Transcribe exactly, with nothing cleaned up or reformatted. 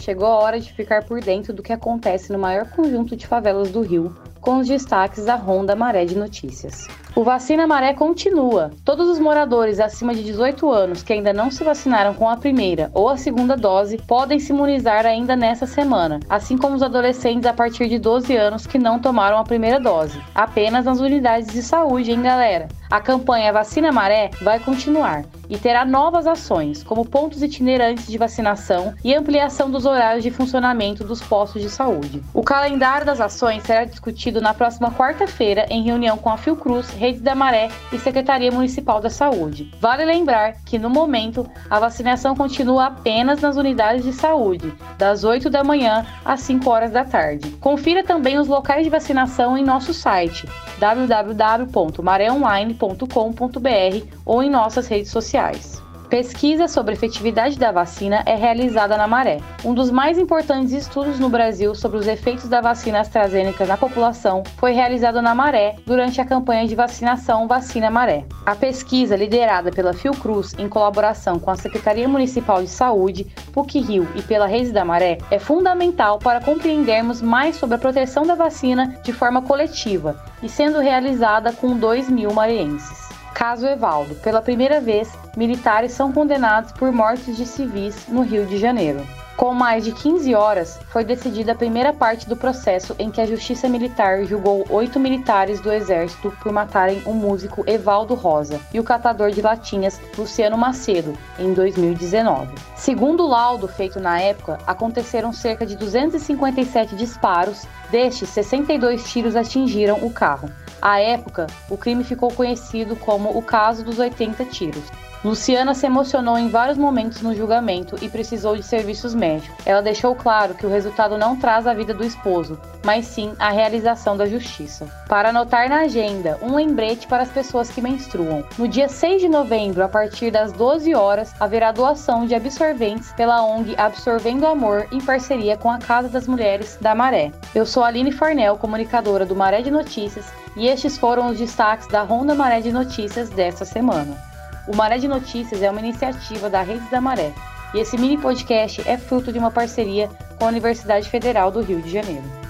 chegou a hora de ficar por dentro do que acontece no maior conjunto de favelas do Rio, com os destaques da Ronda Maré de Notícias. O Vacina Maré continua. Todos os moradores acima de dezoito anos que ainda não se vacinaram com a primeira ou a segunda dose podem se imunizar ainda nesta semana, assim como os adolescentes a partir de doze anos que não tomaram a primeira dose. Apenas nas unidades de saúde, hein, galera? A campanha Vacina Maré vai continuar e terá novas ações, como pontos itinerantes de vacinação e ampliação dos horários de funcionamento dos postos de saúde. O calendário das ações será discutido na próxima quarta-feira em reunião com a Fiocruz, Redes da Maré e Secretaria Municipal da Saúde. Vale lembrar que, no momento, a vacinação continua apenas nas unidades de saúde, das oito da manhã às cinco horas da tarde. Confira também os locais de vacinação em nosso site w w w ponto maré online ponto com ponto b r ou em nossas redes sociais. Pesquisa sobre a efetividade da vacina é realizada na Maré. Um dos mais importantes estudos no Brasil sobre os efeitos da vacina AstraZeneca na população foi realizado na Maré durante a campanha de vacinação Vacina Maré. A pesquisa, liderada pela Fiocruz em colaboração com a Secretaria Municipal de Saúde, P U C-Rio e pela Redes da Maré, é fundamental para compreendermos mais sobre a proteção da vacina de forma coletiva e sendo realizada com dois mil mareenses. Caso Evaldo. Pela primeira vez, militares são condenados por mortes de civis no Rio de Janeiro. Com mais de quinze horas, foi decidida a primeira parte do processo em que a Justiça Militar julgou oito militares do Exército por matarem o músico Evaldo Rosa e o catador de latinhas Luciano Macedo, em dois mil e dezenove. Segundo o laudo feito na época, aconteceram cerca de duzentos e cinquenta e sete disparos, destes sessenta e dois tiros atingiram o carro. À época, o crime ficou conhecido como o caso dos oitenta tiros. Luciana se emocionou em vários momentos no julgamento e precisou de serviços médicos. Ela deixou claro que o resultado não traz a vida do esposo, mas sim a realização da justiça. Para anotar na agenda, um lembrete para as pessoas que menstruam. No dia seis de novembro, a partir das doze horas, haverá doação de absorventes pela O N G Absorvendo Amor, em parceria com a Casa das Mulheres da Maré. Eu sou a Aline Farnel, comunicadora do Maré de Notícias, e estes foram os destaques da Ronda Maré de Notícias desta semana. O Maré de Notícias é uma iniciativa da Redes da Maré, e esse mini podcast é fruto de uma parceria com a Universidade Federal do Rio de Janeiro.